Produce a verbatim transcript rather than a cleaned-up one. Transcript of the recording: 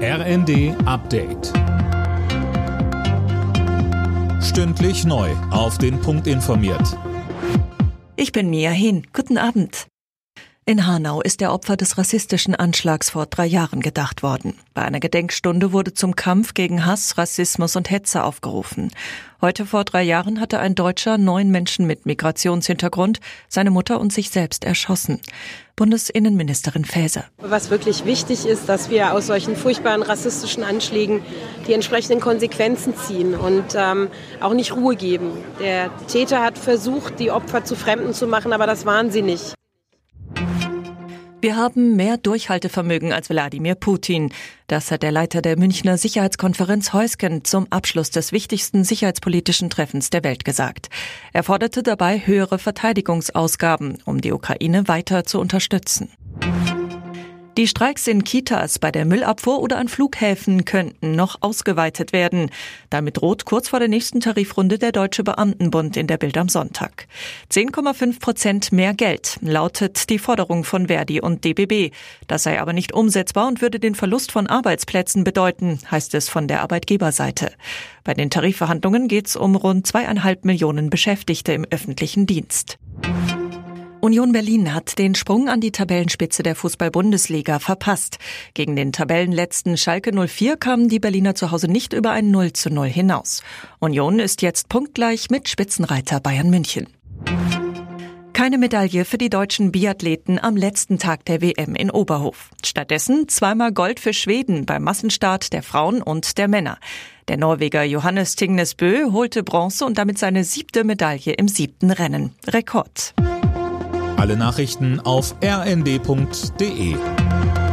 R N D Update. Stündlich neu auf den Punkt informiert. Ich bin Mia Hin. Guten Abend. In Hanau ist der Opfer des rassistischen Anschlags vor drei Jahren gedacht worden. Bei einer Gedenkstunde wurde zum Kampf gegen Hass, Rassismus und Hetze aufgerufen. Heute vor drei Jahren hatte ein Deutscher neun Menschen mit Migrationshintergrund, seine Mutter und sich selbst erschossen. Bundesinnenministerin Faeser. Was wirklich wichtig ist, dass wir aus solchen furchtbaren rassistischen Anschlägen die entsprechenden Konsequenzen ziehen und ähm, auch nicht Ruhe geben. Der Täter hat versucht, die Opfer zu Fremden zu machen, aber das waren sie nicht. Wir haben mehr Durchhaltevermögen als Wladimir Putin. Das hat der Leiter der Münchner Sicherheitskonferenz Heusgen zum Abschluss des wichtigsten sicherheitspolitischen Treffens der Welt gesagt. Er forderte dabei höhere Verteidigungsausgaben, um die Ukraine weiter zu unterstützen. Die Streiks in Kitas, bei der Müllabfuhr oder an Flughäfen könnten noch ausgeweitet werden. Damit droht kurz vor der nächsten Tarifrunde der Deutsche Beamtenbund in der Bild am Sonntag. zehn Komma fünf Prozent mehr Geld lautet die Forderung von Verdi und D B B. Das sei aber nicht umsetzbar und würde den Verlust von Arbeitsplätzen bedeuten, heißt es von der Arbeitgeberseite. Bei den Tarifverhandlungen geht es um rund zweieinhalb Millionen Beschäftigte im öffentlichen Dienst. Union Berlin hat den Sprung an die Tabellenspitze der Fußball-Bundesliga verpasst. Gegen den Tabellenletzten Schalke null vier kamen die Berliner zu Hause nicht über ein null zu null hinaus. Union ist jetzt punktgleich mit Spitzenreiter Bayern München. Keine Medaille für die deutschen Biathleten am letzten Tag der W M in Oberhof. Stattdessen zweimal Gold für Schweden beim Massenstart der Frauen und der Männer. Der Norweger Johannes Tingnes Bø holte Bronze und damit seine siebte Medaille im siebten Rennen. Rekord. Alle Nachrichten auf r n d punkt d e.